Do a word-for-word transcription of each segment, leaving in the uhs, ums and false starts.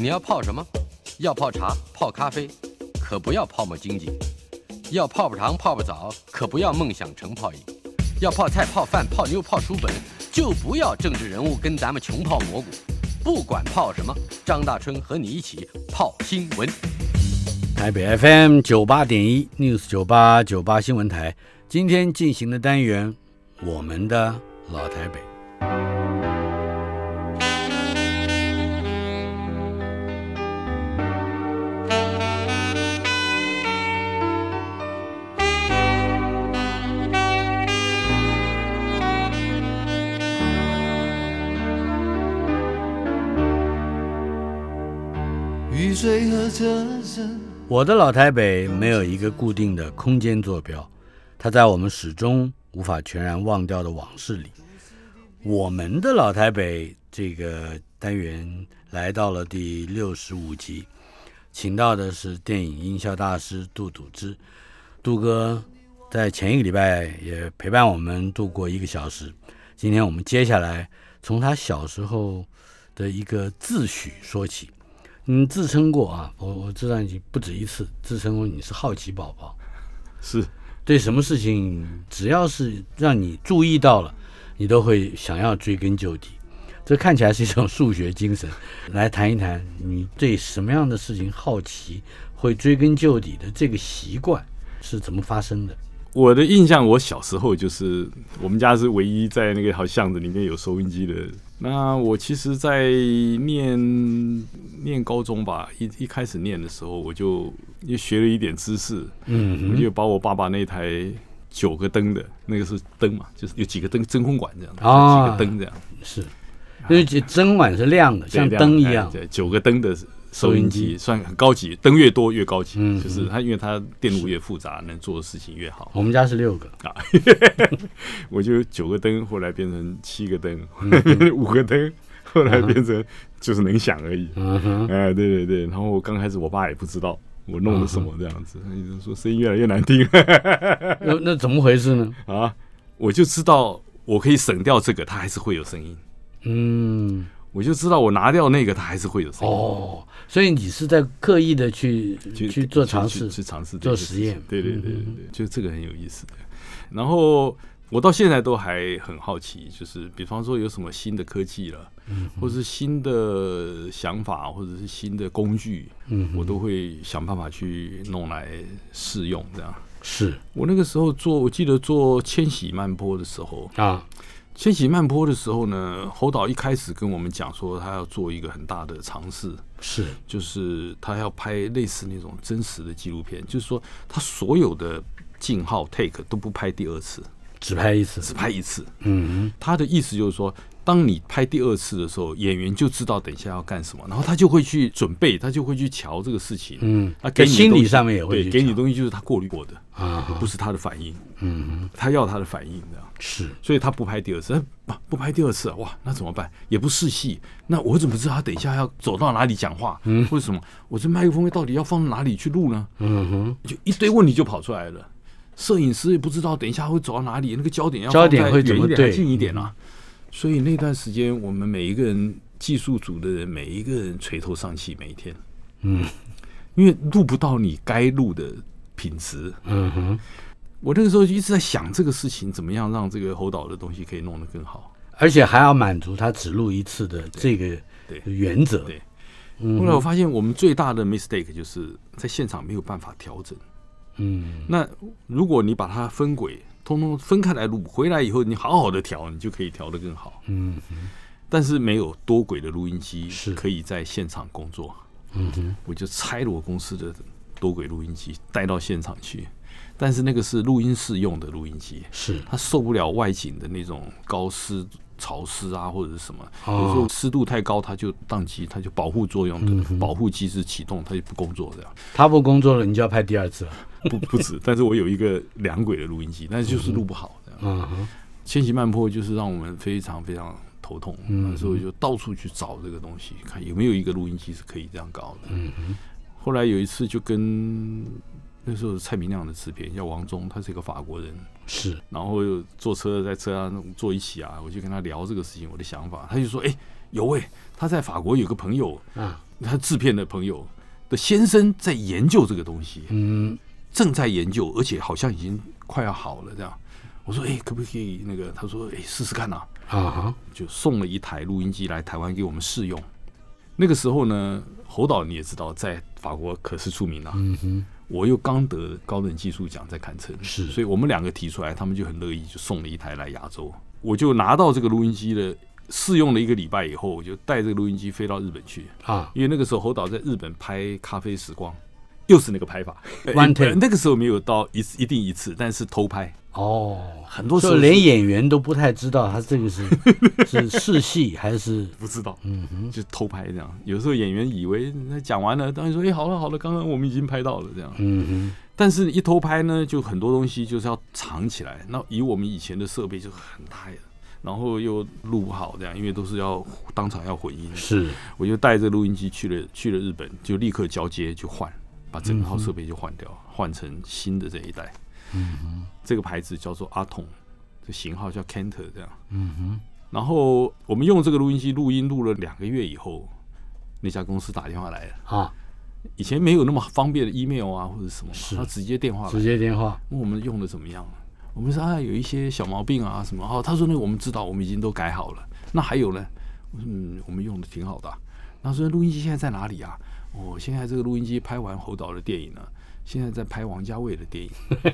你要泡什么？要泡茶、泡咖啡，可不要泡沫经济；要泡泡糖、泡泡澡，可不要梦想成泡影；要泡菜、泡饭、泡妞、泡书本，就不要政治人物跟咱们穷泡蘑菇。不管泡什么，张大春和你一起泡新闻。 台北 F M 九八点一 News 九八九八新闻台，今天进行的单元，我们的老台北。我的老台北没有一个固定的空间坐标，它在我们始终无法全然忘掉的往事里。我们的老台北这个单元来到了第六十五集，请到的是电影音效大师杜笃之。杜哥在前一个礼拜也陪伴我们度过一个小时，今天我们接下来从他小时候的一个自诩说起。你自称过啊，我我知道你不止一次自称过你是好奇宝宝， 是对什么事情只要是让你注意到了，你都会想要追根究底。这看起来是一种数学精神。来谈一谈你对什么样的事情好奇，会追根究底的这个习惯是怎么发生的？ 我的印象，我小时候就是我们家是唯一在那个好巷子里面有收音机的。那我其实，在念念高中吧，一一开始念的时候，我就也学了一点知识，嗯，我就把我爸爸那台九个灯的那个是灯嘛，就是有几个灯，真空管这样，哦，几个灯这样， 是，因为真空管是亮的，像灯一样， 对，九个灯的收音机算很高级，灯越多越高级，嗯，就是它，因为它电路越复杂，能做的事情越好。 我们家是六个啊， 我就九个灯，后来变成七个灯，嗯、五个灯，后来变成就是能响而已。嗯哼，哎，对对对，然后刚开始我爸也不知道我弄了什么这样子，他一直说声音越来越难听。 那那怎么回事呢？ 啊，我就知道我可以省掉这个，它还是会有声音。嗯。我就知道我拿掉那个，它还是会有声音。哦， 所以你是在刻意的去去, 去做尝试， 去尝试做实验。 对对对对对，嗯、就这个很有意思的。然后我到现在都还很好奇，就是比方说有什么新的科技了，嗯、或是新的想法，或者是新的工具，嗯、我都会想办法去弄来试用。这样是我那个时候做，我记得做千禧慢坡的时候啊。千禧慢坡的时候呢，侯导一开始跟我们讲说，他要做一个很大的尝试， 是， 就是他要拍类似那种真实的纪录片，就是说他所有的镜号 take 都不拍第二次， 只拍一次， 只拍一次。嗯，他的意思就是说，当你拍第二次的时候，演员就知道等一下要干什么，然后他就会去准备，他就会去瞧这个事情。嗯，他给你心理上面也会对，给你东西就是他过滤过的啊，不是他的反应。嗯，他要他的反应这样。 是， 所以他不拍第二次，不不拍第二次，哇，那怎么办？也不试戏，那我怎么知道他等一下要走到哪里讲话？嗯，或者什么？我这麦克风到底要放哪里去录呢？嗯哼，就一堆问题就跑出来了。摄影师也不知道等一下会走到哪里，那个焦点要放在远一点、近一点啊。所以那段时间，我们每一个人技术组的人，每一个人垂头丧气，每一天，嗯，因为录不到你该录的品质。嗯哼。我那个时候就一直在想这个事情，怎么样让这个侯导的东西可以弄得更好， 而且还要满足他只录一次的这个原则。 对，对，后来我发现我们最大的 mistake 就是在现场没有办法调整。嗯，那如果你把它分轨，通通分开来录，回来以后你好好的调，你就可以调得更好。嗯，但是没有多轨的录音机可以在现场工作。嗯哼，我就拆了我公司的多轨录音机带到现场去。但是那个是录音室用的录音机， 是它受不了外景的那种高湿、潮湿啊，或者是什么，哦、有时候湿度太高，它就宕机，它就保护作用的、嗯、保护机制启动，它就不工作这样。 它不工作了，你就要拍第二次了？ 不不止，但是我有一个两轨的录音机，但是就是录不好这样。嗯哼，千禧慢坡就是让我们非常非常头痛，嗯、所以就到处去找这个东西，看有没有一个录音机是可以这样搞的。嗯哼，后来有一次就跟。那时候蔡明亮的制片叫王忠，他是一个法国人， 是，然后坐车在车上坐一起啊，我就跟他聊这个事情，我的想法，他就说，哎、欸，有哎、欸，他在法国有个朋友啊， 他制片的朋友的先生在研究这个东西， 嗯， 正在研究，而且好像已经快要好了这样。我说，哎、欸，可不可以那个？他说，哎、欸，试试看啊。 啊， 就送了一台录音机来台湾给我们试用。那个时候呢，侯导你也知道，在法国可是出名啊。 嗯哼， 我又刚得高等技术奖在坎城， 是， 所以我们两个提出来，他们就很乐意，就送了一台来亚洲。我就拿到这个录音机的试用了一个礼拜以后，我就带这个录音机飞到日本去啊， 因为那个时候侯导在日本拍《咖啡时光》，又是那个拍法 ，one take， 那个时候没有到一一定一次，但是偷拍。 哦， 很多时候连演员都不太知道他这个是是试戏还是不知道， 嗯哼， 就偷拍这样。有时候演员以为讲完了，当然说哎、欸、好了好了，刚刚我们已经拍到了这样。 嗯哼， 但是一偷拍呢，就很多东西就是要藏起来。那以我们以前的设备就很大呀，然后又录不好这样，因为都是要当场要混音。 是， 我就带着录音机去了去了日本，就立刻交接就换，把整套设备就换掉，换、嗯、成新的这一代。 嗯哼， 这个牌子叫做阿童，这型号叫 Cantor 这样。 嗯哼， 然后我们用这个录音机录音录了两个月以后，那家公司打电话来了啊。 以前没有那么方便的 email 啊或者什么，他直接电话来， 直接电话问我们用的怎么样。我们说啊有一些小毛病啊什么，哦，他说那个我们知道，我们已经都改好了。那还有呢？我说嗯，我们用的挺好的、啊。他说录音机现在在哪里啊？哦，现在这个录音机拍完侯导的电影了，现在在拍王家卫的电影。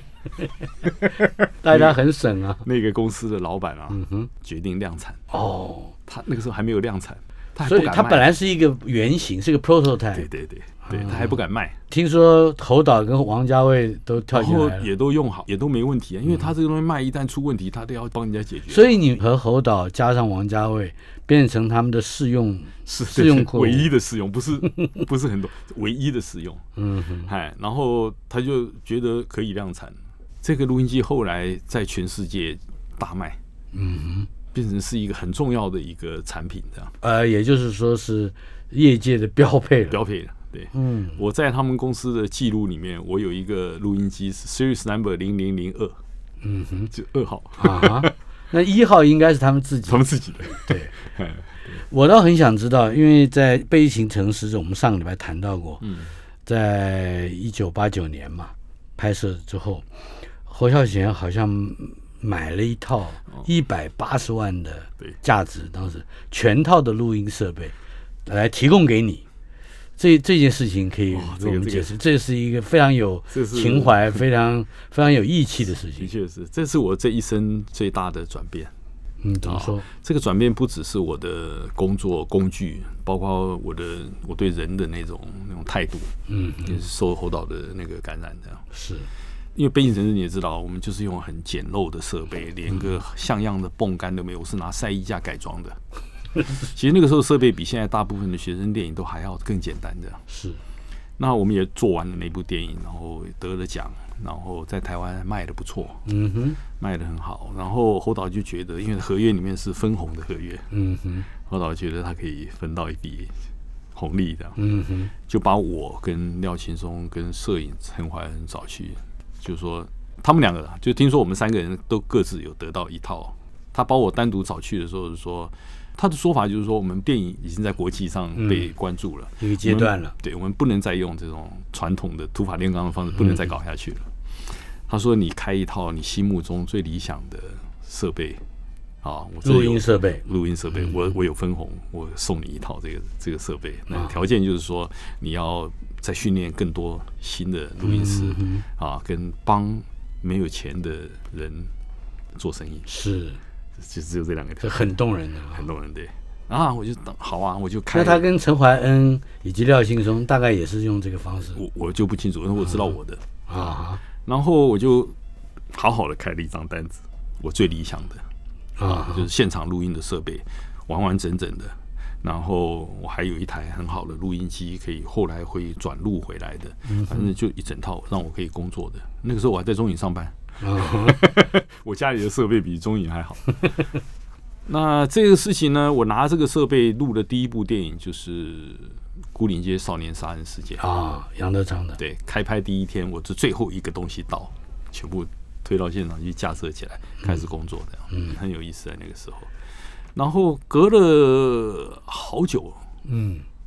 大家很省啊。 那个公司的老板啊， 嗯哼， 决定量产。 哦， 他那个时候还没有量产，他还所以不敢卖。 他本来是一个原型，是个 prototype。 对对对对，他还不敢卖。 听说侯导跟王家卫都跳进来了， 然后也都用好，也都没问题啊。因为他这个东西卖一旦出问题，他都要帮人家解决。 所以你和侯导加上王家卫，变成他们的试用试用库， 唯一的试用，不是不是很多，唯一的试用。 嗯哼， 哎，然后他就觉得可以量产。这个录音机后来在全世界大卖， 嗯哼， 变成是一个很重要的一个产品，这样。 呃，也就是说是业界的标配了， 标配了。对， 嗯， 我在他们公司的记录里面，我有一个录音机是 Series Number 零零零二， 嗯哼， 就二号啊。那一号应该是他们自己， 他们自己的。 对，我倒很想知道，因为在《悲情城市》我们上个礼拜谈到过， 嗯， 在一九八九年嘛拍摄之后，侯孝贤好像买了一套一百八十万的价值，当时全套的录音设备来提供给你。这这件事情可以给我们解释，这是一个非常有情怀、非常非常有义气的事情。 的确是，这是我这一生最大的转变。 嗯，怎么说？哦、 这个转变不只是我的工作工具，包括我的我对人的那种那种态度， 嗯， 也是受侯导的那个感染的。 是， 因为悲情城市你也知道，我们就是用很简陋的设备，连个像样的泵杆都没有，我是拿晒衣架改装的。其实那个时候设备比现在大部分的学生电影都还要更简单的。 是， 那我们也做完了那部电影，然后得了奖，然后在台湾卖得不错， 嗯哼， 卖得很好。然后侯导就觉得，因为合约里面是分红的合约， 嗯哼， 侯导觉得他可以分到一笔红利这样， 嗯哼， 就把我跟廖青松跟摄影陈怀恩找去，就说他们两个就听说我们三个人都各自有得到一套，他把我单独找去的时候是说。他的说法就是说，我们电影已经在国际上被关注了， 一个阶段了。 对，我们不能再用这种传统的土法炼钢的方式，不能再搞下去了。他说：“你开一套你心目中最理想的设备啊，我录音设备， 录音设备，我我有分红，我送你一套这个这个设备。那条件就是说，你要再训练更多新的录音师啊，跟帮没有钱的人做生意。” 是。 就只有这两个条件， 很动人的， 很动人。对啊，我就好啊，我就开。 那他跟陈怀恩以及廖庆松大概也是用这个方式， 我我就不清楚，因为我知道我的啊。 然后我就好好的开了一张单子，我最理想的啊，就是现场录音的设备，完完整整的。然后我还有一台很好的录音机，可以后来会转录回来的，反正就一整套让我可以工作的。那个时候我还在中影上班。我家里的设备比中影还好。那这个事情呢，我拿这个设备录的第一部电影就是《牯岭街少年杀人事件》 啊，杨德昌的。 对，开拍第一天，我这最后一个东西到，全部推到现场去架设起来，开始工作，这样，嗯，很有意思在那个时候。然后隔了好久， 嗯，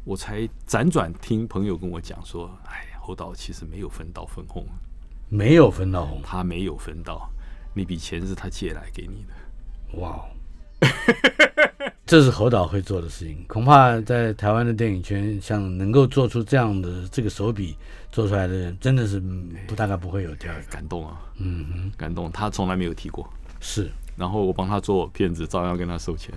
我才辗转听朋友跟我讲说，哎，侯导其实没有分到分红， 没有分到红， 他没有分到，那笔钱是他借来给你的。 哇，这是侯导会做的事情，恐怕在台湾的电影圈，像能够做出这样的这个手笔做出来的人，真的是不大概不会有第二个。 感动啊， 嗯哼， 感动，他从来没有提过。 是， 然后我帮他做片子，照样跟他收钱。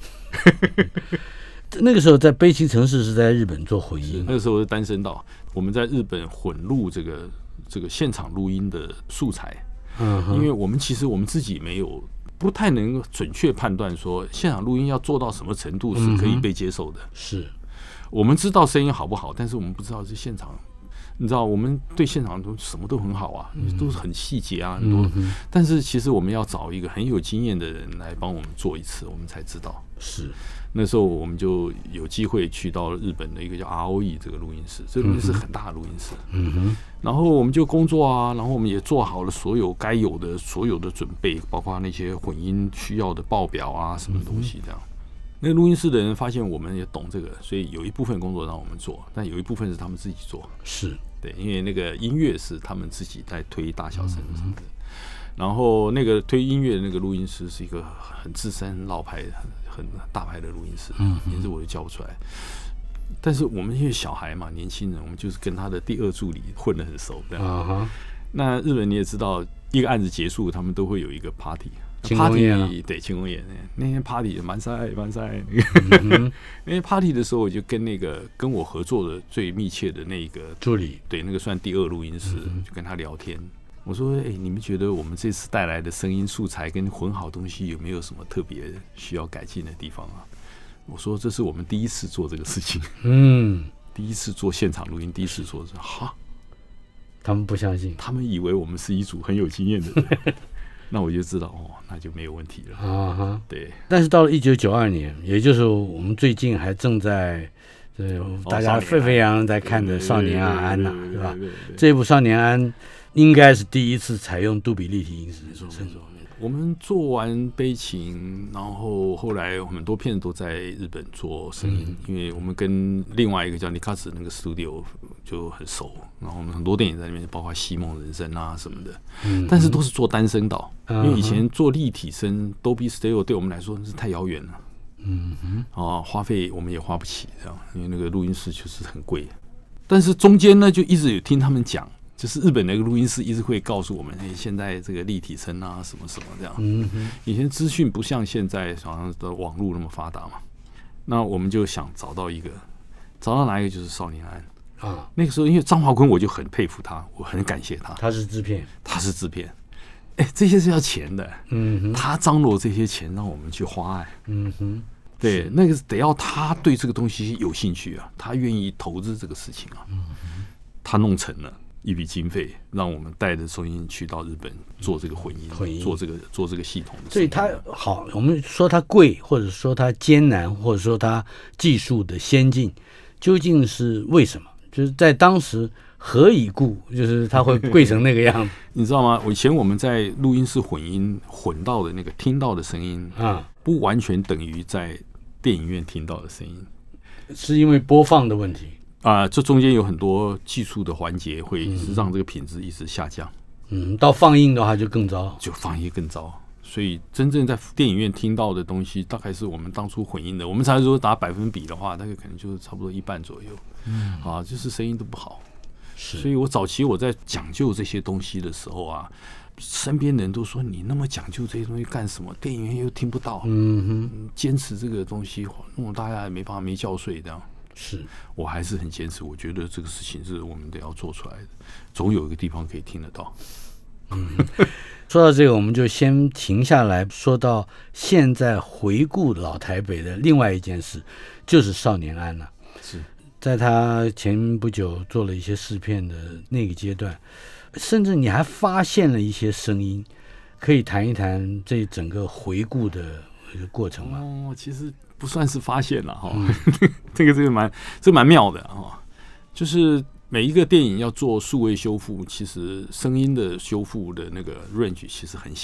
那个时候在悲情城市是在日本做混音， 那个时候是单声道，我们在日本混录这个这个现场录音的素材， 嗯哼， 因为我们其实我们自己没有不太能准确判断说现场录音要做到什么程度是可以被接受的。 嗯、是我们知道声音好不好，但是我们不知道是现场。你知道，我们对现场都什么都很好啊，嗯、都是很细节啊，很多。嗯、但是其实我们要找一个很有经验的人来帮我们做一次，我们才知道。 是那时候我们就有机会去到了日本的一个叫 R O E 这个录音室，这个录音室很大的录音室。 嗯哼。然后我们就工作啊，然后我们也做好了所有该有的所有的准备，包括那些混音需要的报表啊，什么东西这样。嗯、那个录音室的人发现我们也懂这个，所以有一部分工作让我们做，但有一部分是他们自己做。 是。 对，因为那个音乐是他们自己在推大小声什么的，然后那个推音乐的那个录音师是一个很资深、老牌、很很大牌的录音师，名字我就叫不出来。但是我们因为小孩嘛，年轻人，我们就是跟他的第二助理混得很熟，这样。那日本你也知道，一个案子结束，他们都会有一个 party。party 对庆功宴那天 party 满塞满塞，那天 party 的时候，我就跟那个跟我合作的最密切的那个助理， 对那个算第二录音师，就跟他聊天。我说：“哎、欸，你们觉得我们这次带来的声音素材跟混好东西有没有什么特别需要改进的地方啊？”我说：“这是我们第一次做这个事情，嗯，第一次做现场录音，第一次做这哈。” 他们不相信， 他们以为我们是一组很有经验的人。那我就知道哦，那就没有问题了啊哈。对， 但是到了一九九二年，也就是我们最近还正在呃、哦、大家沸沸扬扬在看的《少年阿安》呐，对吧？这部《少年安》应该是第一次采用杜比立体音质。 没错没错。我们做完悲情，然后后来很多片子都在日本做声音，嗯、因为我们跟另外一个叫尼卡斯那个 studio 就很熟，然后我们很多电影在那边，包括《西梦人生》啊什么的，嗯、但是都是做单声道，嗯、因为以前做立体声 Dolby Stereo 对我们来说是太遥远了，嗯哼，啊，花费我们也花不起，这样，因为那个录音室就是很贵，但是中间呢就一直有听他们讲。就是日本那个录音师一直会告诉我们，哎，现在这个立体声啊，什么什么这样。嗯哼。以前资讯不像现在好像的网络那么发达嘛，那我们就想找到一个，找到哪一个就是少年安啊。那个时候因为张华坤，我就很佩服他，我很感谢他。 他是制片， 他是制片，哎，这些是要钱的。嗯哼。他张罗这些钱让我们去花，哎。嗯哼。对，那个得要他对这个东西有兴趣啊，他愿意投资这个事情啊。嗯哼。他弄成了。一笔经费，让我们带着收音去到日本做这个混音，混音做这个做这个系统的。 所以它好，我们说它贵，或者说它艰难，或者说它技术的先进，究竟是为什么？就是在当时何以故？就是它会贵成那个样子， 你知道吗？以前我们在录音室混音混到的那个听到的声音啊，不完全等于在电影院听到的声音， 是因为播放的问题。 啊、呃，这中间有很多技术的环节，会让这个品质一直下降。 嗯，到放映的话就更糟， 就放映更糟。所以真正在电影院听到的东西，大概是我们当初混音的。我们才说打百分比的话，大概可能就是差不多一半左右。嗯，啊，就是声音都不好。是，所以我早期我在讲究这些东西的时候啊，身边人都说你那么讲究这些东西干什么？电影院又听不到。嗯哼，坚持这个东西，弄得大家也没办法没觉睡这样。 是我还是很坚持，我觉得这个事情是我们得要做出来的，总有一个地方可以听得到。 嗯，说到这个，我们就先停下来，说到现在回顾老台北的另外一件事，就是少年安了。 是在他前不久做了一些试片的那个阶段，甚至你还发现了一些声音，可以谈一谈这整个回顾的过程吗？ 哦，其实。不算是发现了哈，嗯、这个这个蛮这蛮妙的哈，就是每一个电影要做数位修复，其实声音的修复的那个 range 其实很小，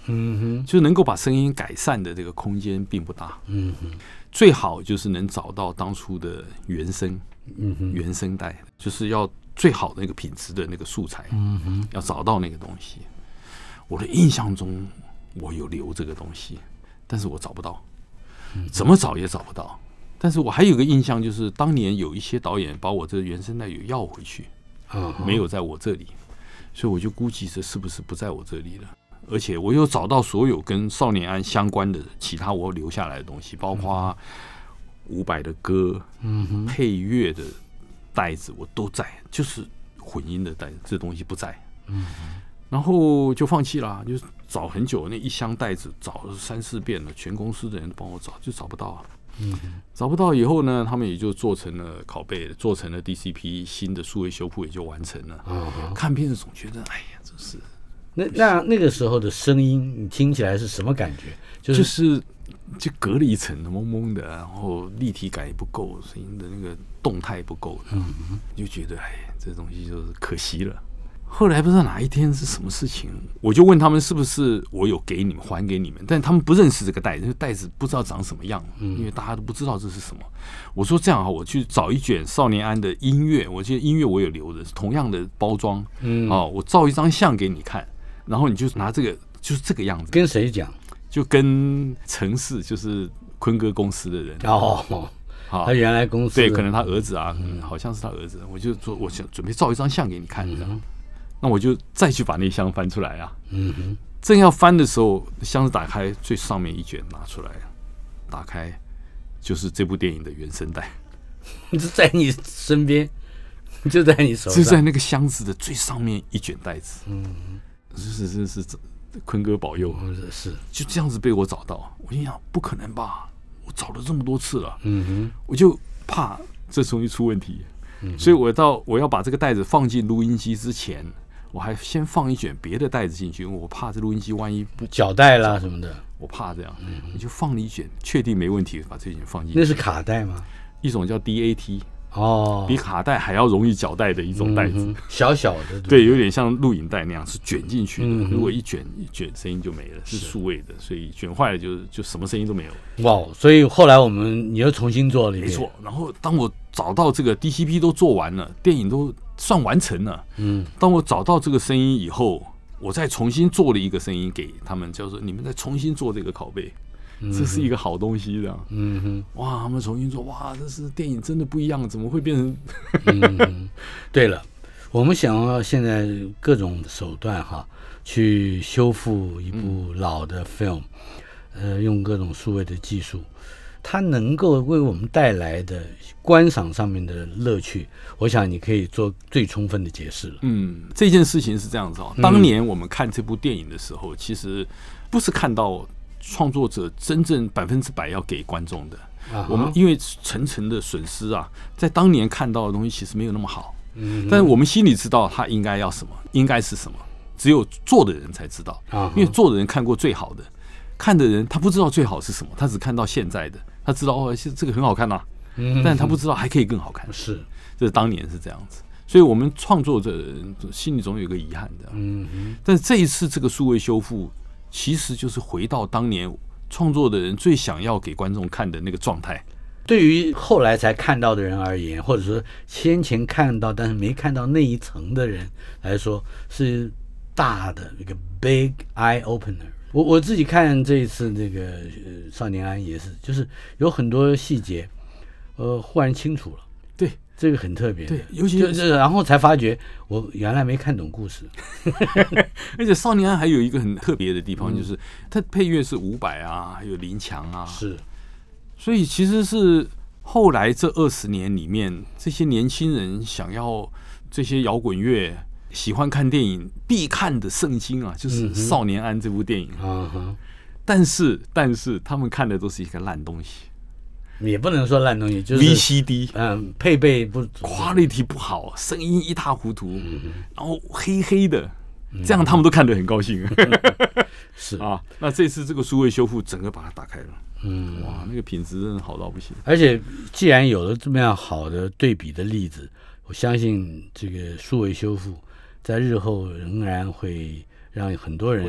嗯哼， 就能够把声音改善的这个空间并不大。 嗯哼， 最好就是能找到当初的原声， 嗯哼， 原声带，就是要最好的那个品质的那个素材， 嗯哼， 要找到那个东西。我的印象中，我有留这个东西，但是我找不到，怎么找也找不到。但是我还有个印象，就是当年有一些导演把我这个原声带有要回去， 嗯， 没有在我这里，所以我就估计这是不是不在我这里了。而且我有找到所有跟少年安相关的其他我留下来的东西，包括伍佰的歌、 嗯配乐的带子我都在，就是混音的带子这东西不在。 嗯， 然后就放弃了，就找很久，那一箱带子找了三四遍了，全公司的人都帮我找，就找不到啊。 嗯， 找不到以后呢，他们也就做成了拷贝，做成了 D C P， 新的数位修复也就完成了。 嗯， 看片子总觉得，哎呀，真是。 那那那个时候的声音，你听起来是什么感觉？就是就是就隔了一层蒙蒙的，然后立体感也不够，声音的那个动态不够的， 嗯， 就觉得哎，这东西就是可惜了。后来不知道哪一天是什么事情，我就问他们是不是我有给你们还给你们，但他们不认识这个袋子，这袋子不知道长什么样，因为大家都不知道这是什么。我说这样好，我去找一卷少年安的音乐，我记得音乐我有留的，是同样的包装，嗯，哦，我照一张相给你看，然后你就拿这个，就是这个样子。 跟谁讲？ 就跟城市，就是坤哥公司的人哦。他原来公司对，可能他儿子啊，嗯，好像是他儿子。我就说，我想准备照一张相给你看，这样。嗯，那我就再去把那箱翻出来啊。嗯哼。正要翻的时候，箱子打开，最上面一卷拿出来，打开就是这部电影的原声带， 就在你身边，就在你手上， 就在那个箱子的最上面一卷带子。嗯，是是是是，坤哥保佑， 是就这样子被我找到。我心想，不可能吧？我找了这么多次了， 嗯哼， 我就怕这东西出问题，嗯，所以我到我要把这个袋子放进录音机之前，我还先放一卷别的袋子进去，因为我怕这录音机万一不脚带啦什么的， 我怕这样，嗯，我就放了一卷，确定没问题，把这卷放进去。 那是卡带吗？ 一种叫 D A T。 哦， 比卡带还要容易搅带的一种袋子， 嗯，小小的， 对，有点像录影带那样，是卷进去的。 嗯， 如果一卷一卷，声音就没了，是数位的，所以卷坏了就就什么声音都没有。 哇！所以后来我们你又重新做了一遍， 没错。然后当我找到这个 D C P 都做完了，电影都算完成了，嗯，当我找到这个声音以后，我再重新做了一个声音给他们，叫做你们再重新做这个拷贝。这是一个好东西，这样。嗯哼，哇，他们重新做，哇，这是电影真的不一样，怎么会变成？ 嗯，对了，我们想要现在各种手段哈，去修复一部老的 film，嗯，呃，用各种数位的技术，它能够为我们带来的观赏上面的乐趣，我想你可以做最充分的解释了。 嗯，这件事情是这样子哦，当年我们看这部电影的时候，其实不是看到创作者真正百分之百要给观众的，啊，我们因为层层的损失啊，在当年看到的东西其实没有那么好，嗯，但是我们心里知道他应该要什么，应该是什么，只有做的人才知道，啊，因为做的人看过最好的，看的人他不知道最好是什么，他只看到现在的，他知道哦，这个很好看呐，啊，嗯，但他不知道还可以更好看， 是， 这是当年是这样子，所以我们创作者人心里总有一个遗憾的，嗯，但是这一次这个数位修复。其实就是回到当年创作的人最想要给观众看的那个状态。 对于后来才看到的人而言，或者说先前看到但是没看到那一层的人来说，是大的一个 big eye opener。我我自己看这一次这个、呃、少年安也是，就是有很多细节，呃，忽然清楚了。 对。 这个很特别， 对，尤其是然后才发觉我原来没看懂故事， 而且少年安还有一个很特别的地方，嗯，就是它配乐是伍佰啊，还有林强啊， 是， 所以其实是后来这二十年里面，这些年轻人想要这些摇滚乐，喜欢看电影必看的圣经啊，就是少年安这部电影，嗯哼，但是但是他们看的都是一个烂东西。 也不能说烂东西，就是 V C D， 嗯，配备不 ，quality 不好，声音一塌糊涂，嗯，然后黑黑的，嗯，这样他们都看得很高兴。 是啊，那这次这个数位修复整个把它打开了，嗯，哇，那个品质真的好到不行。 而且既然有了这么样好的对比的例子，我相信这个数位修复在日后仍然会让很多人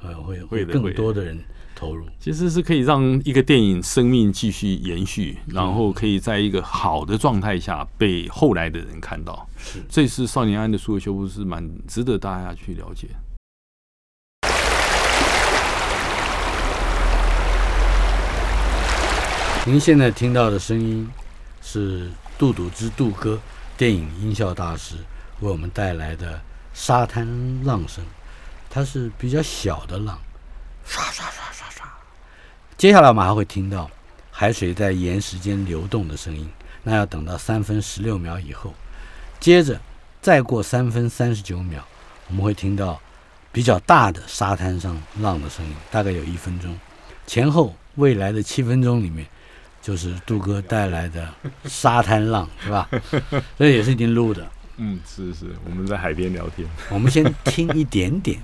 呃，会会的更多的人投入。 其实是可以让一个电影生命继续延续，然后可以在一个好的状态下被后来的人看到。 是， 这次少年安的数位修复是蛮值得大家去了解。 您现在听到的声音是杜笃之杜哥电影音效大师为我们带来的沙滩浪声，它是比较小的浪，刷刷刷刷刷。接下来我们还会听到海水在岩石间流动的声音，那要等到三分十六秒以后，接着再过三分三十九秒，我们会听到比较大的沙滩上浪的声音，大概有一分钟。前后未来的七分钟里面，就是杜哥带来的沙滩浪，是吧？这也是已经录的。 嗯，是是，我们在海边聊天。 我们先听一点点。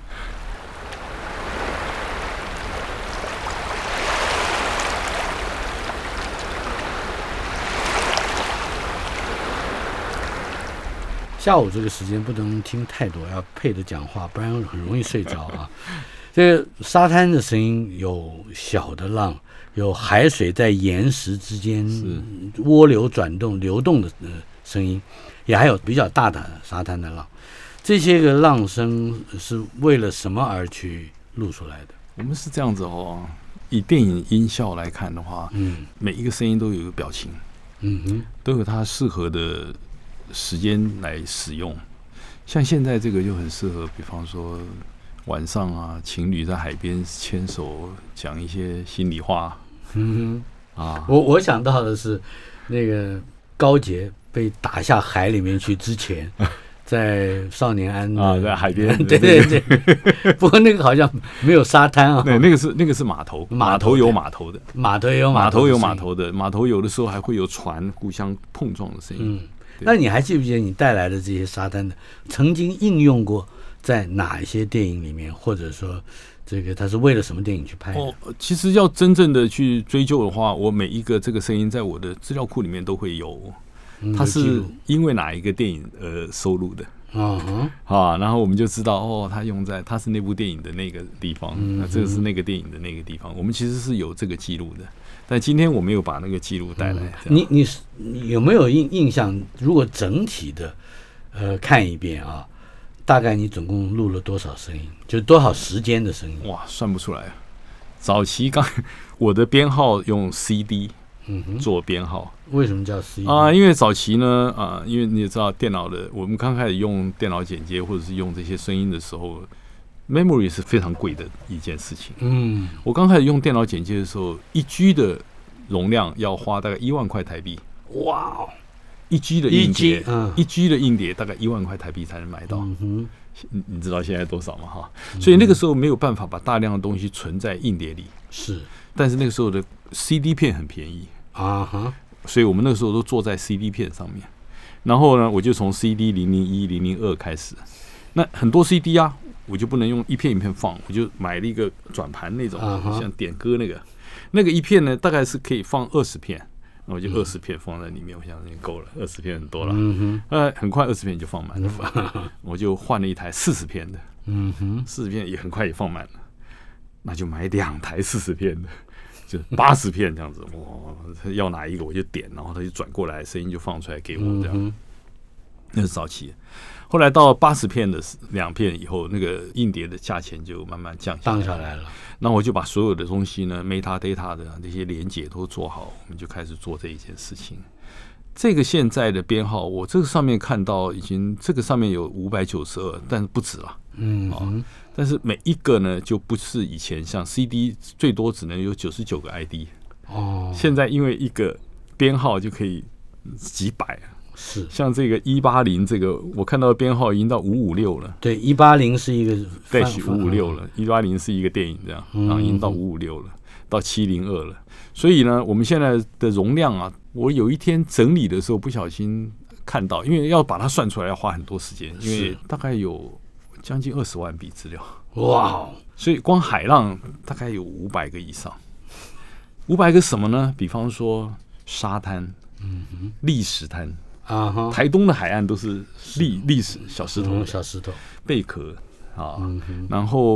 下午这个时间不能听太多，要配着讲话，不然很容易睡着啊。这个沙滩的声音有小的浪，有海水在岩石之间涡流转动流动的声音，也还有比较大的沙滩的浪。这些个浪声是为了什么而去录出来的？ 我们是这样子哦，以电影音效来看的话，嗯，每一个声音都有一个表情，嗯哼，都有它适合的时间来使用。像现在这个就很适合，比方说晚上啊，情侣在海边牵手讲一些心里话。嗯哼，啊， 我我想到的是那个高捷被打下海里面去之前，在少年安啊，在海边， 对对对。不过那个好像没有沙滩啊， 对，那个是那个是码头，码头有码头的， 码头有码头有码头的，码头有的时候还会有船互相碰撞的声音。 嗯，那你还记不记得你带来的这些沙滩的，曾经应用过在哪一些电影里面，或者说这个它是为了什么电影去拍的？ 哦，其实要真正的去追究的话，我每一个这个声音在我的资料库里面都会有，嗯、它是因为哪一个电影而收录的。嗯啊，然后我们就知道哦，它用在它是那部电影的那个地方，嗯、那这个是那个电影的那个地方，我们其实是有这个记录的。但今天我没有把那个记录带来。 嗯、你你你有没有印印象？如果整体的呃看一遍啊，大概你总共录了多少声音？就是多少时间的声音？ 哇，算不出来啊！早期刚我的编号用 C D 做编号， 嗯、为什么叫 C D 啊？因为早期呢啊，因为你也知道电脑的，我们刚开始用电脑剪接或者是用这些声音的时候。memory 是非常贵的一件事情。嗯，我刚开始用电脑剪接的时候，一 G 的容量要花大概一万块台币。哇，一 G 的硬碟，嗯，一 G 的硬碟大概一万块台币才能买到。嗯哼，你你知道现在多少吗？哈，所以那个时候没有办法把大量的东西存在硬碟里。 是， 但是那个时候的 C D 片很便宜啊哈，所以我们那个时候都坐在 C D 片上面。然后呢，我就从 C D 零零一、零零二开始。那很多 C D 啊。我就不能用一片一片放，我就买了一个转盘那种， uh-huh. 像点歌那个，那个一片呢，大概是可以放二十片，那我就二十片放在里面，我想已经够了，二十片很多了，嗯、呃，很快二十片就放满了，我就换了一台四十片的，嗯哼，四十片也很快也放满了，那就买两台四十片的，就八十片这样子，哇，要哪一个我就点，然后他就转过来，声音就放出来给我这样，嗯、那是早期。后来到八十片的两片以后，那个硬碟的价钱就慢慢降下来， 降下来了。 那我就把所有的东西呢 ，metadata 的这些连结都做好，我们就开始做这一件事情。这个现在的编号，我这个上面看到已经这个上面有五百九十二，但是不止了。嗯、哦，但是每一个呢，就不是以前像 C D 最多只能有九十九个 I D。哦，现在因为一个编号就可以几百。 是， 像这个一八零这个，我看到的编号已经到五五六了。 对，一八零是一个 dash 五五六了，一八零是一个电影这样，然后已经到五五六了，到七零二了。所以呢，我们现在的容量啊，我有一天整理的时候不小心看到，因为要把它算出来要花很多时间，因为大概有将近二十万笔资料。哇！所以光海浪大概有五百个以上。五百个什么呢？比方说沙滩、嗯哼，砾石滩。啊，台东的海岸都是砾砾石小石头、 小石头、 贝壳啊，然后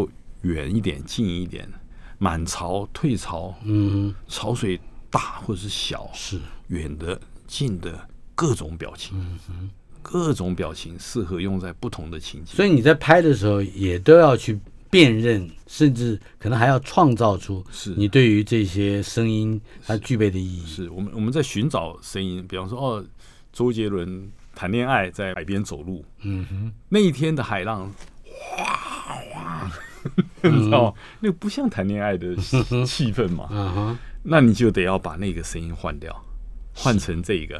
远一点、近一点，满潮、退潮， 嗯， 潮水大或者是小， 是远的、近的各种表情， 嗯哼， 各种表情适合用在不同的情景。 所以你在拍的时候也都要去辨认，甚至可能还要创造出是你对于这些声音它具备的意义。 是我们我们在寻找声音，比方说哦，周杰伦谈恋爱在海边走路， 嗯哼， 那一天的海浪哗哗，你知道吗？那个不像谈恋爱的气氛嘛， 嗯哼， 那你就得要把那个声音换掉，换成这个。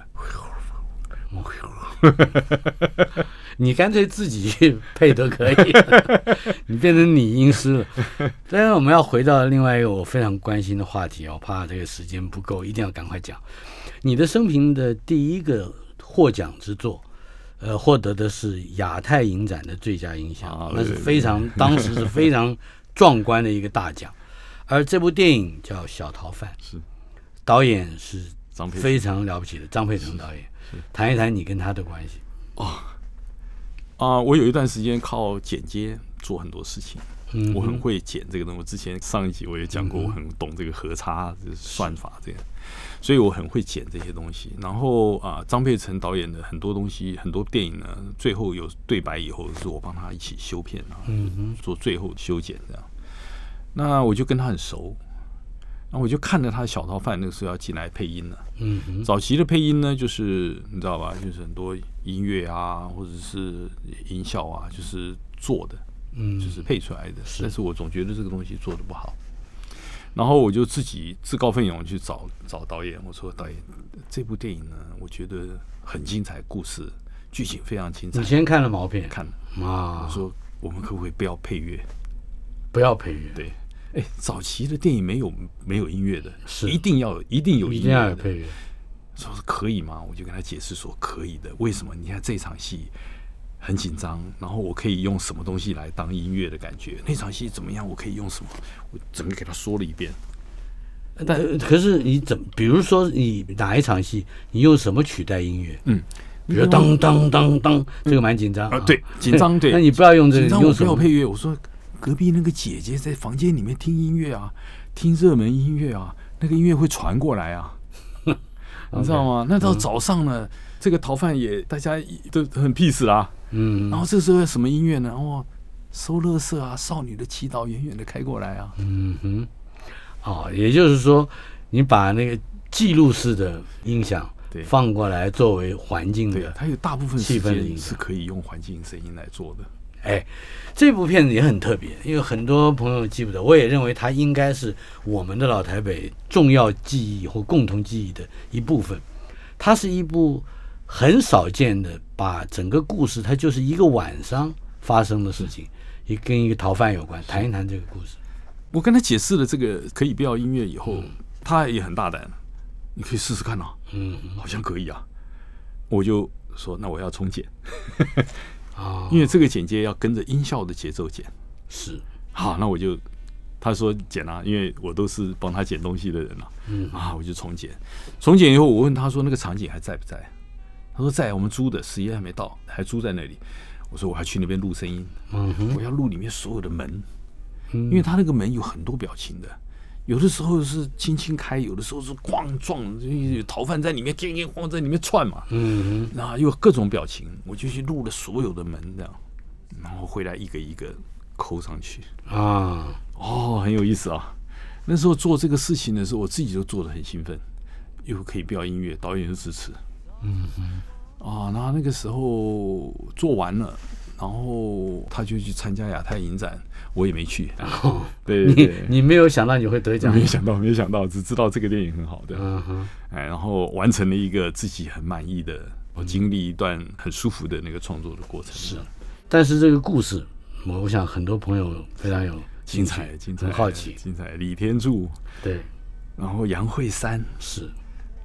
你干脆自己去配都可以，你变成拟音师了。但是我们要回到另外一个我非常关心的话题，我怕这个时间不够，一定要赶快讲。你的生平的第一个获奖之作，呃，获得的是亚太影展的最佳音响， 啊、 那是非常当时是非常壮观的一个大奖。而这部电影叫《小逃犯》， 是导演是张佩非常了不起的张佩腾导演。谈一谈你跟他的关系。 哦，啊、呃，我有一段时间靠剪接做很多事情，嗯、我很会剪这个东西。我之前上一集我也讲过，我很懂这个和差、这个算法这个，所以我很会剪这些东西。然后啊、呃，张佩腾导演的很多东西，很多电影呢，最后有对白以后，是我帮他一起修片啊，嗯、做最后修剪这样。那我就跟他很熟。那我就看着他的小逃犯那个时候要进来配音了。嗯哼，早期的配音呢，就是你知道吧，就是很多音乐啊，或者是音效啊，就是做的，嗯，就是配出来的。是但是我总觉得这个东西做的不好，然后我就自己自告奋勇去找找导演，我说导演，这部电影呢，我觉得很精彩，故事剧情非常精彩。 你先看了毛片？ 看了啊。 我说我们可不可以不要配乐？ 不要配乐。 对。哎，早期的电影没有没有音乐的， 是一定要有，一定有音乐的， 一定要有配乐。 说是可以吗？我就跟他解释说可以的。为什么？你看这场戏很紧张，然后我可以用什么东西来当音乐的感觉？那场戏怎么样？我可以用什么？我整个给他说了一遍。 但可是你怎么？比如说你哪一场戏，你用什么取代音乐？嗯，比如当当当当，这个蛮紧张啊。对，紧张对。 那你不要用这个， 紧张我不要配乐。我说。隔壁那个姐姐在房间里面听音乐啊，听热门音乐啊，那个音乐会传过来啊，你知道吗？ Okay, 那到早上呢，嗯、这个逃犯也大家都很 peace 啦，嗯，然后这时候什么音乐呢？哦，收垃圾啊，少女的祈祷远远的开过来啊，嗯哼，哦，也就是说，你把那个记录式的音响放过来作为环境的， 对，它有大部分时间是可以用环境声音来做的。 哎，这部片子也很特别，因为很多朋友记不得，我也认为它应该是我们的老台北重要记忆或共同记忆的一部分。它是一部很少见的，把整个故事，它就是一个晚上发生的事情，也跟一个逃犯有关。谈一谈这个故事。 我跟他解释了这个可以不要音乐以后，嗯、他也很大胆，你可以试试看啊，嗯，好像可以啊。我就说，那我要重剪。 哦、 因为这个剪接要跟着音效的节奏剪， 是好，那我就他说剪啊，因为我都是帮他剪东西的人了， 嗯啊，我就重剪，重剪以后我问他说那个场景还在不在？他说在，我们租的，十一还没到，还租在那里。我说我还去那边录声音， 嗯哼， 我要录里面所有的门， 嗯、 因为他那个门有很多表情的。有的时候是轻轻开，有的时候是咣撞，逃犯在里面叮叮咣在里面窜嘛， 嗯， 然后有各种表情，我就去录了所有的门这样，然后回来一个一个抠上去啊， 哦，很有意思啊。那时候做这个事情的时候，我自己就做得很兴奋，又可以不要音乐，导演就支持， 嗯哼， 啊，然后那个时候做完了，然后他就去参加亚太影展。我也没去， 哦、 对, 对, 对你你没有想到你会得奖， 没想到，没想到，只知道这个电影很好的， 嗯哼， 哎，然后完成了一个自己很满意的，我经历一段很舒服的那个创作的过程。 是，但是这个故事，我想很多朋友非常有精彩，精彩， 很好奇， 精彩。李天柱， 对， 然后杨惠姗是，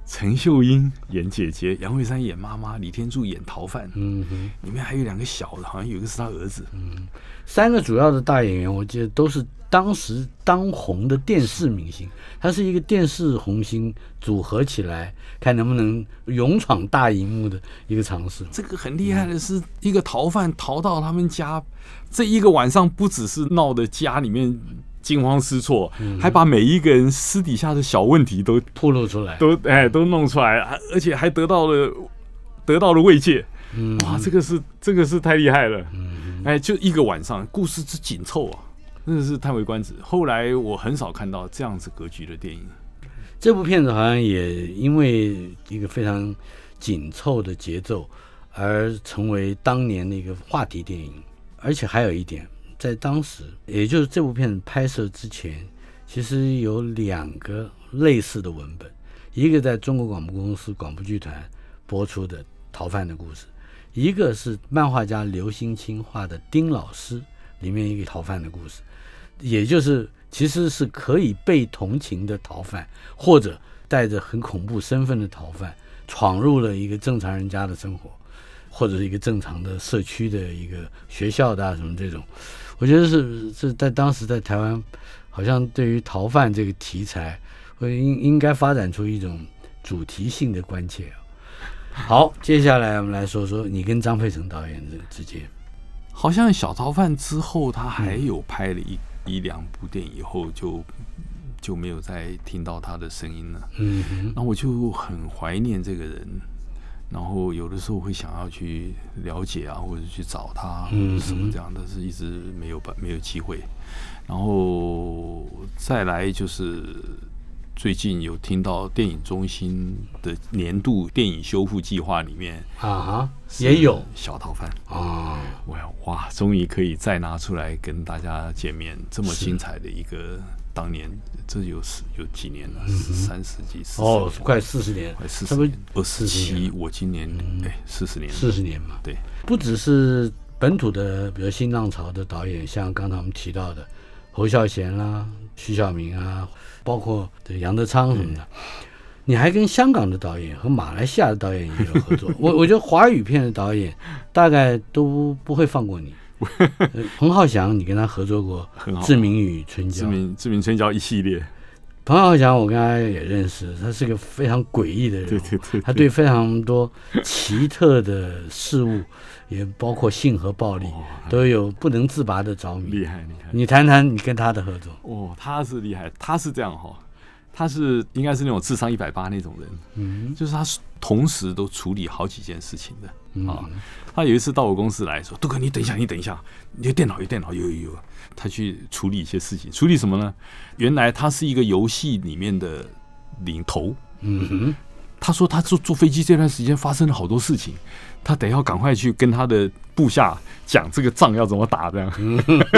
陈秀英演姐姐，杨惠姗演妈妈，李天柱演逃犯。 嗯哼， 里面还有两个小的，好像有一个是他儿子。 嗯，三个主要的大演员，我记得都是当时当红的电视明星，他是一个电视红星组合起来，看能不能勇闯大荧幕的一个尝试。 这个很厉害的是，一个逃犯逃到他们家，这一个晚上不只是闹得家里面惊慌失措，嗯、还把每一个人私底下的小问题都暴露出来， 都哎都弄出来，而且还得到了得到了慰藉。嗯、哇，这个是这个是太厉害了。嗯、哎，就一个晚上，故事之紧凑啊，真的是叹为观止。后来我很少看到这样子格局的电影。 这部片子好像也因为一个非常紧凑的节奏，而成为当年的一个话题电影。而且还有一点。在当时，也就是这部片拍摄之前，其实有两个类似的文本，一个在中国广播公司广播剧团播出的逃犯的故事，一个是漫画家刘兴清画的丁老师里面一个逃犯的故事，也就是其实是可以被同情的逃犯，或者带着很恐怖身份的逃犯闯入了一个正常人家的生活，或者是一个正常的社区的一个学校的、啊、什么这种，我觉得是是在当时在台湾，好像对于逃犯这个题材，会应应该发展出一种主题性的关切。好，接下来我们来说说你跟张佩诚导演之间。 好像小逃犯之后，他还有拍了一、嗯、一两部电影，以后就就没有再听到他的声音了。嗯哼，然后我就很怀念这个人。然后有的时候会想要去了解啊，或者去找他，或者什么这样的，是一直没有没有机会。然后再来就是最近有听到电影中心的年度电影修复计划里面啊，也有小逃犯啊，哇，终于可以再拿出来跟大家见面，这么精彩的一个。当年这有有几年了，三十几四十哦，快四十年， 快四十年，二十七，我今年哎四十年， 四十年嘛， 对， 不只是本土的，比如新浪潮的导演，像刚才我们提到的侯孝贤啦、徐晓明啊，包括这杨德昌什么的，你还跟香港的导演和马来西亚的导演也有合作。我我觉得华语片的导演大概都不会放过你。彭浩翔，你跟他合作过《志明与春娇》， 志明志明春娇一系列。 彭浩翔，我跟他也认识，他是个非常诡异的人， 对对 对, 对， 他对非常多奇特的事物，也包括性和暴力，哦、都有不能自拔的着迷。 厉害厉害！ 你谈谈你跟他的合作。哦， 他是厉害，他是这样哈、哦，他是应该是那种智商一百八那种人，嗯，就是他同时都处理好几件事情的。嗯、啊，他有一次到我公司来说：“杜哥，你等一下，你等一下，你的电脑有电脑有有有。”他去处理一些事情，处理什么呢？原来他是一个游戏里面的领头。嗯哼，他说他坐坐飞机这段时间发生了好多事情，他得要赶快去跟他的部下讲这个仗要怎么打，这样。嗯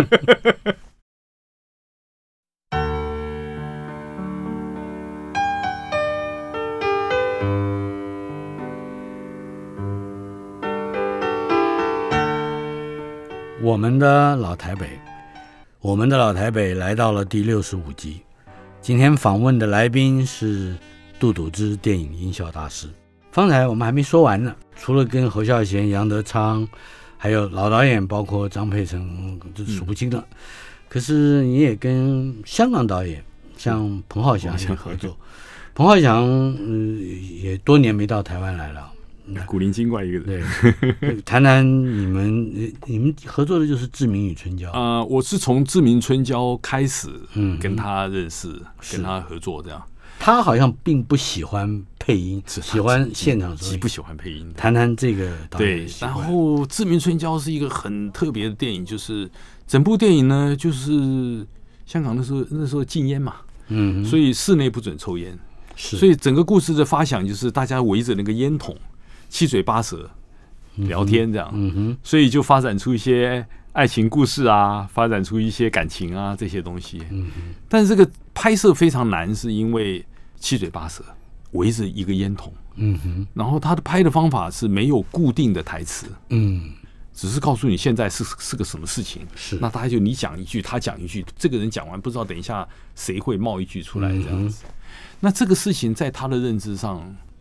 我们的老台北，我们的老台北来到了第六十五集。今天访问的来宾是杜笃之电影音效大师。方才我们还没说完呢，除了跟侯孝贤、杨德昌，还有老导演，包括张佩诚，这数不清了。嗯、可是你也跟香港导演，像彭浩翔也合作。彭浩翔、嗯、也多年没到台湾来了。 古灵精怪一个人。 对，谈谈你们你们合作的就是《志明与春娇》 啊、呃，我是从《志明春娇》开始跟他认识，嗯、跟他合作这样。 他好像并不喜欢配音，喜欢现场极不喜欢配音。 谈谈这个导演。 对，然后《志明春娇》是一个很特别的电影，就是整部电影呢，就是香港那时候那时候禁烟嘛，嗯，所以室内不准抽烟，是，所以整个故事的发想就是大家围着那个烟筒。七嘴八舌聊天这样，嗯哼，所以就发展出一些爱情故事啊，发展出一些感情啊这些东西。嗯哼，但是这个拍摄非常难，是因为七嘴八舌围着一个烟筒，嗯哼，然后他的拍的方法是没有固定的台词，嗯，只是告诉你现在是是个什么事情，是，那大家就你讲一句，他讲一句，这个人讲完不知道等一下谁会冒一句出来这样子。嗯、那这个事情在他的认知上。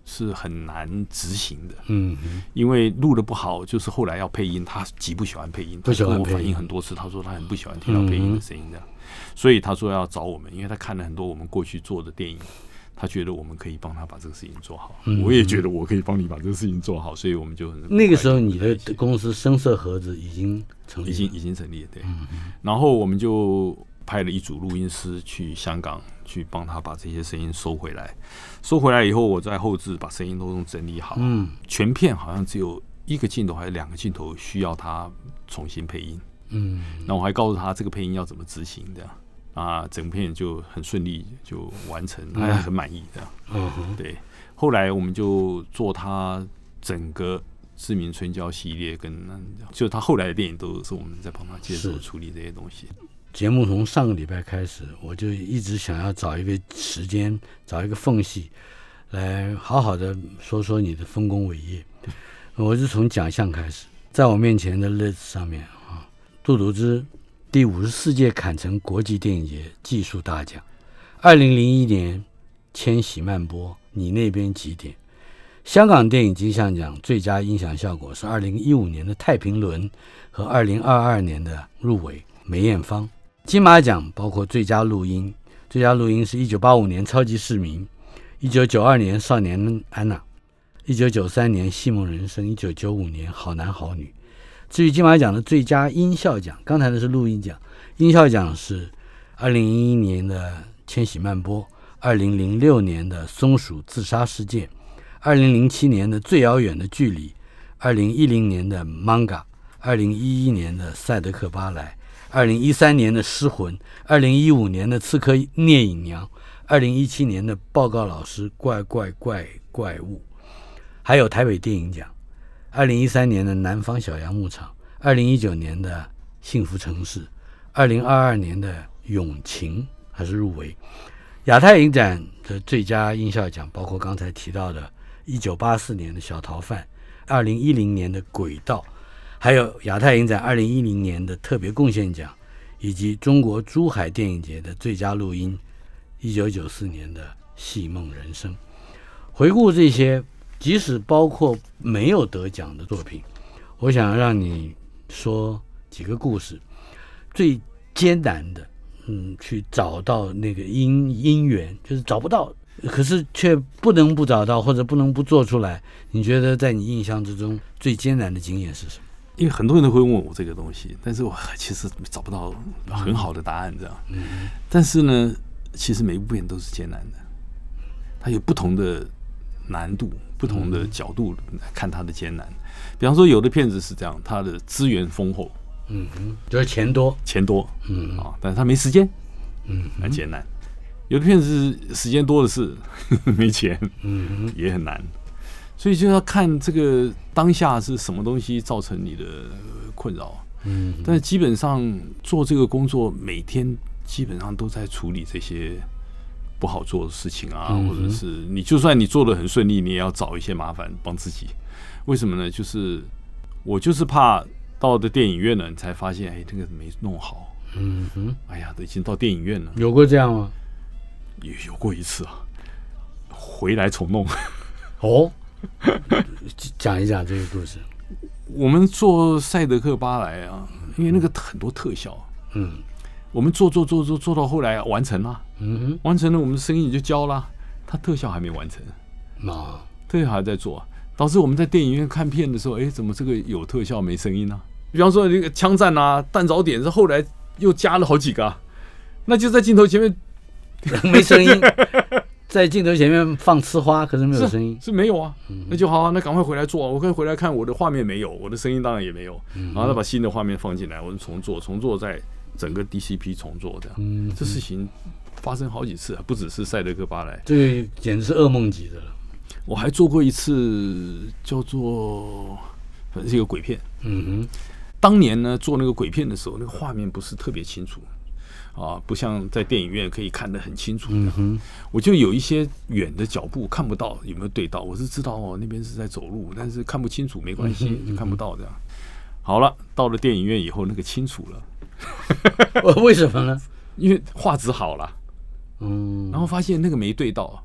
是很难执行的， 嗯嗯， 因为录的不好，就是后来要配音，他极不喜欢配音， 不喜欢配音， 他跟我反映很多次，他说他很不喜欢听到配音的声音这样，嗯、所以他说要找我们，因为他看了很多我们过去做的电影，他觉得我们可以帮他把这个事情做好，嗯、我也觉得我可以帮你把这个事情做好，所以我们就很那个时候你的公司声色盒子已经成立了， 已经已经成立了，对， 嗯、 然后我们就派了一组录音师去香港。去帮他把这些声音收回来，收回来以后，我在后置把声音都弄整理好。嗯，全片好像只有一个镜头还是两个镜头需要他重新配音。嗯，那我还告诉他这个配音要怎么执行的啊，整片就很顺利就完成，他还很满意的。嗯，对。后来我们就做他整个志明春娇系列跟，就他后来的电影都是我们在帮他接手处理这些东西。 节目从上个礼拜开始，我就一直想要找一个时间，找一个缝隙，来好好的说说你的丰功伟业。我是从奖项开始，在我面前的 list 上面啊，杜笃之第五十四届坎城国际电影节技术大奖，二零零一年千禧慢播，你那边几点？香港电影金像奖最佳音响效果是二零一五年的太平轮和二零二二年的入围梅艳芳。金马奖包括最佳录音，最佳录音是一九八五年超级市民，一九九二年少年安娜，一九九三年戏梦人生，一九九五年好男好女。至于金马奖的最佳音效奖，刚才的是录音奖，音效奖是二零零一年的千禧慢播，二零零六年的松鼠自杀事件，二零零七年的最遥远的距离，二零一零年的 Manga， 二零一一年的赛德克巴莱，二零一三年的失魂，二零一五年的刺客聂隐娘，二零一七年的报告老师怪怪怪怪物，还有台北电影奖，二零一三年的南方小羊牧场，二零一九年的幸福城市，二零二二年的永情还是入围。亚太影展的最佳音效奖包括刚才提到的一九八四年的小逃犯，二零一零年的轨道，还有亚太影展二零一零年的特别贡献奖，以及中国珠海电影节的最佳录音一九九四年的戏梦人生。回顾这些即使包括没有得奖的作品，我想让你说几个故事，最艰难的嗯，去找到那个因因缘，就是找不到，可是却不能不找到，或者不能不做出来。你觉得在你印象之中最艰难的经验是什么？ 因为很多人都会问我这个东西，但是我其实找不到很好的答案，这样。嗯。但是呢，其实每一部片都是艰难的，它有不同的难度、不同的角度来看它的艰难。比方说，有的片子是这样，它的资源丰厚。 嗯哼，就是钱多， 钱多，嗯啊，但是他没时间，嗯，很艰难。有的片子时间多的是，没钱，嗯，也很难。所以就要看这个当下是什么东西造成你的困扰，嗯。但是基本上做这个工作，每天基本上都在处理这些不好做的事情啊，嗯、或者是你就算你做得很顺利，你也要找一些麻烦帮自己。为什么呢？就是我就是怕。到的电影院了，你才发现，哎，这个没弄好。嗯哼，哎呀，都已经到电影院了。 有过这样吗？ 有有过一次啊，回来重弄。 哦，讲一讲这个故事。 我们做赛德克巴莱啊，因为那个很多特效，嗯，我们做做做做做到后来完成了，嗯哼，完成了，我们的声音就交了，他特效还没完成，啊，特效还在做。导致我们在电影院看片的时候，哎，怎么这个有特效没声音呢、啊？比方说那个枪战啊、弹着点是后来又加了好几个、啊，那就在镜头前面没声音，在镜头前面放呲花，可是没有声音， 是, 是没有啊、嗯。那就好啊，那赶快回来做、啊，我可以回来看我的画面没有，我的声音当然也没有，嗯、然后再把新的画面放进来，我们重做，重做在整个 D C P 重做这样，嗯、这事情发生好几次啊，不只是赛德克巴莱， 这个简直是噩梦级的了。 我还做过一次叫做，反正是一个鬼片。嗯哼，当年呢做那个鬼片的时候，那个画面不是特别清楚啊，不像在电影院可以看得很清楚。嗯哼，我就有一些远的脚步看不到有没有对到，我是知道哦那边是在走路，但是看不清楚没关系，嗯、就看不到这样。好了，到了电影院以后那个清楚了。为什么呢？ 因为画质好了。嗯，然后发现那个没对到。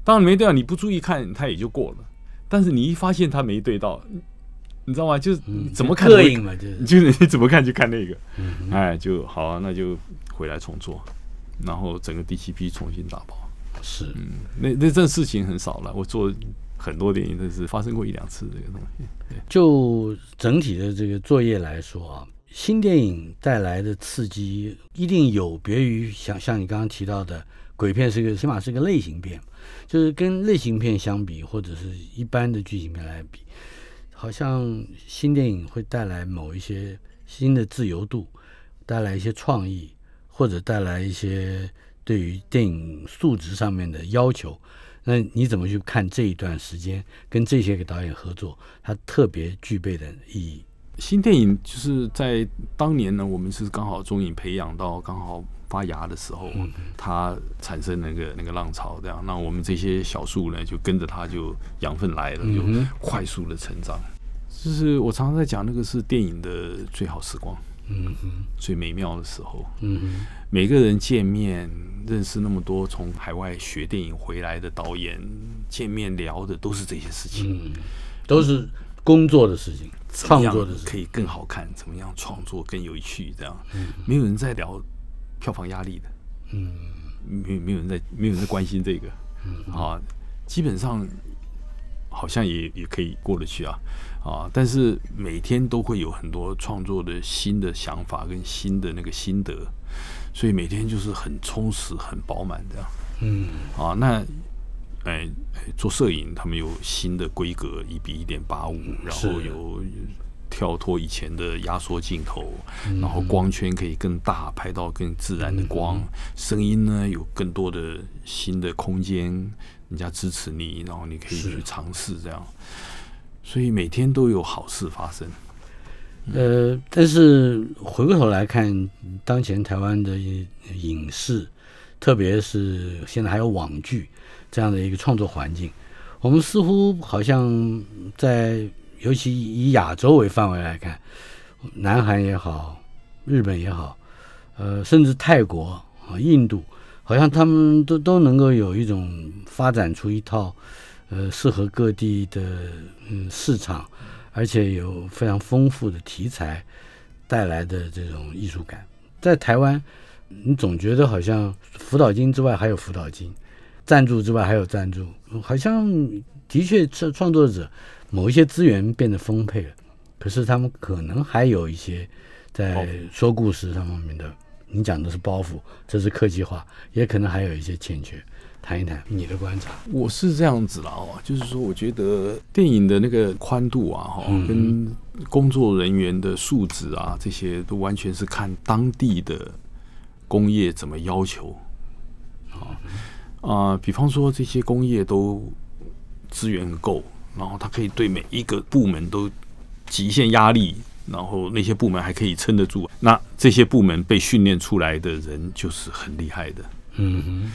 当然没对到，你不注意看，它也就过了。但是你一发现它没对到，你知道吗？就是怎么看膈应嘛，就是就是你怎么看就看那个， 嗯哎，就好啊，那就回来重做，然后整个第七批重新打包。 是， 嗯，那那这事情很少了，我做很多电影，但是发生过一两次这个东西。 就整体的这个作业来说啊，新电影带来的刺激一定有别于像像你刚刚提到的鬼片，是个起码是个类型片，就是跟类型片相比，或者是一般的剧情片来比，好像新电影会带来某一些新的自由度，带来一些创意，或者带来一些对于电影素质上面的要求。那你怎么去看这一段时间跟这些个导演合作，它特别具备的意义？ 新电影就是在当年呢，我们是刚好中影培养到刚好发芽的时候，嗯、它产生那个那个浪潮，这样，那我们这些小树呢，就跟着它就养分来了，就快速的成长。嗯、就是我常常在讲，那个是电影的最好时光。嗯哼，最美妙的时候，嗯哼，每个人见面认识那么多从海外学电影回来的导演，见面聊的都是这些事情， 嗯，都是工作的事情，创作的事情， 可以更好看，怎么样创作更有趣，这样，嗯，没有人在聊票房压力的，嗯，没没有人在没有人在关心这个，嗯啊，基本上好像也也可以过得去啊。啊，但是每天都会有很多创作的新的想法跟新的那个心得，所以每天就是很充实、很饱满这样。嗯，啊，那哎，做摄影他们有新的规格，一比一点八五，然后有跳脱以前的压缩镜头，嗯、然后光圈可以更大，拍到更自然的光，嗯、声音呢有更多的新的空间，人家支持你，然后你可以去尝试这样。所以每天都有好事发生， 呃，但是回过头来看，当前台湾的影视，特别是现在还有网剧这样的一个创作环境，我们似乎好像在，尤其以亚洲为范围来看，南韩也好，日本也好，呃，甚至泰国啊、印度，好像他们都都能够有一种发展出一套。呃，适合各地的嗯市场，而且有非常丰富的题材带来的这种艺术感。在台湾，你总觉得好像辅导金之外还有辅导金，赞助之外还有赞助，好像的确创作者某一些资源变得丰沛了，可是他们可能还有一些在说故事上面的，你讲的是包袱，这是客气话，也可能还有一些欠缺。谈一谈你的观察。 我是这样子啦哦，就是说，我觉得电影的那个宽度啊，哈、嗯，跟工作人员的素质啊，这些都完全是看当地的工业怎么要求啊啊、呃。比方说，这些工业都资源很够，然后它可以对每一个部门都极限压力，然后那些部门还可以撑得住。那这些部门被训练出来的人就是很厉害的。嗯哼。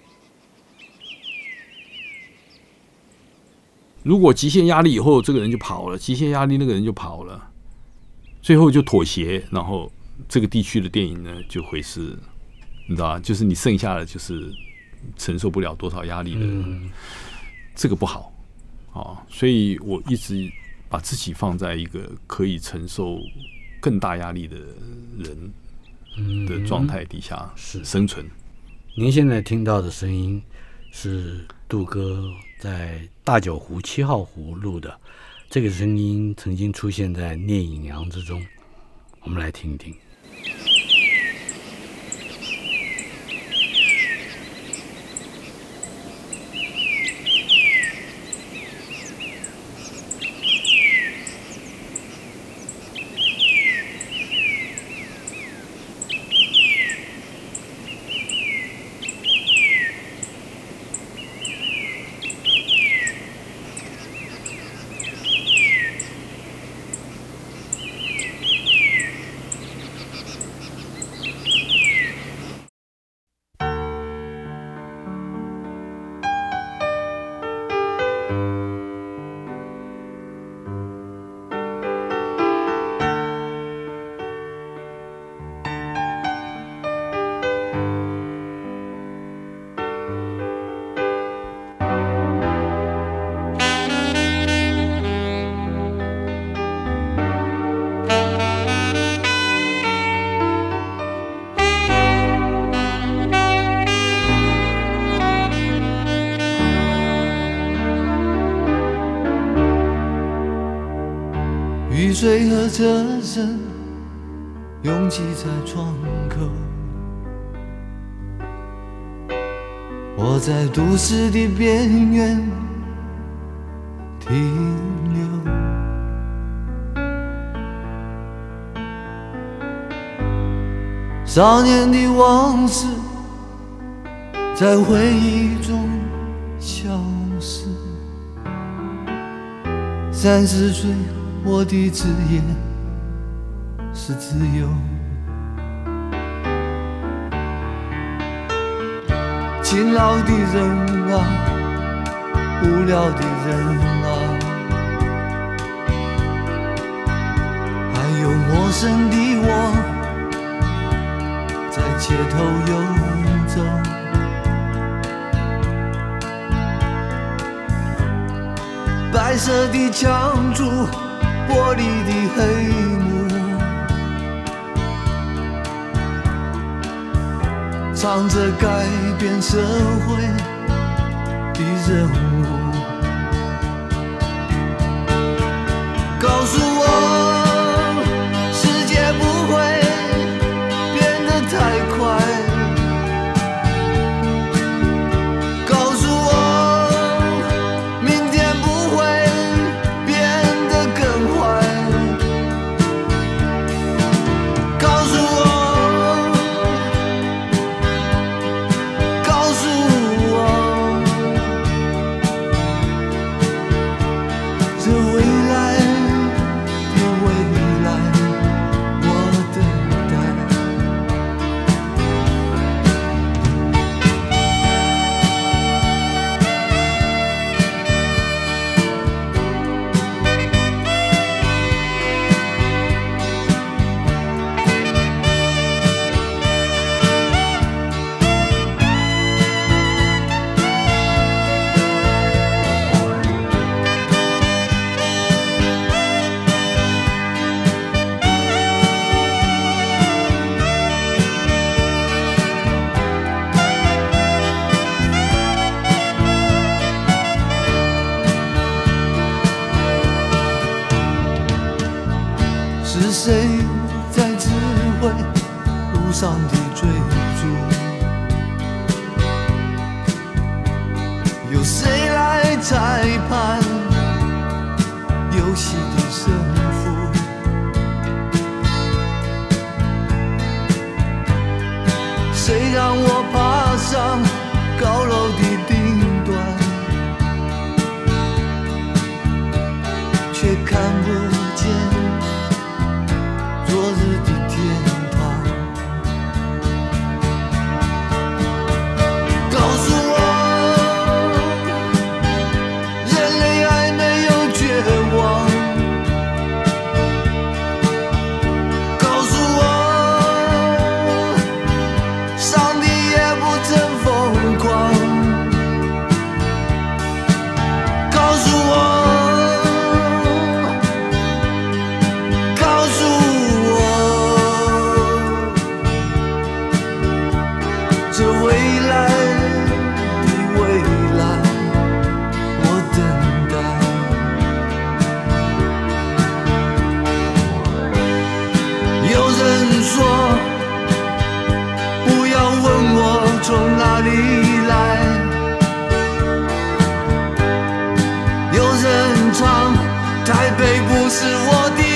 如果极限压力以后，这个人就跑了；极限压力，那个人就跑了，最后就妥协，然后这个地区的电影呢，就会是，你知道吧？就是你剩下的就是承受不了多少压力的人，嗯、这个不好啊。所以我一直把自己放在一个可以承受更大压力的人的状态底下生存。 嗯、您现在听到的声音是杜哥在大九湖七号湖录的，这个声音曾经出现在《聂隐娘》之中，我们来听一听。 雨水和车声拥挤在窗口，我在都市的边缘停留。少年的往事在回忆中消失，三十岁我的职业是自由，勤劳的人啊，无聊的人啊，还有陌生的我在街头游走，白色的墙柱，玻璃的黑幕，唱着改变社会的任务，告诉我世界不会变得太快，告诉我明天不会变得更坏，告诉我告诉我这未来的未来我等待。是谁在指挥路上的追逐？由谁来裁判游戏的胜负？谁让我爬上高楼的顶端，却看不见昨日的天堂？告诉我人类还没有绝望，告诉我上帝也不曾疯狂，告诉我这未来的未来我等待。有人说不要问我从哪里来，有人唱台北不是我的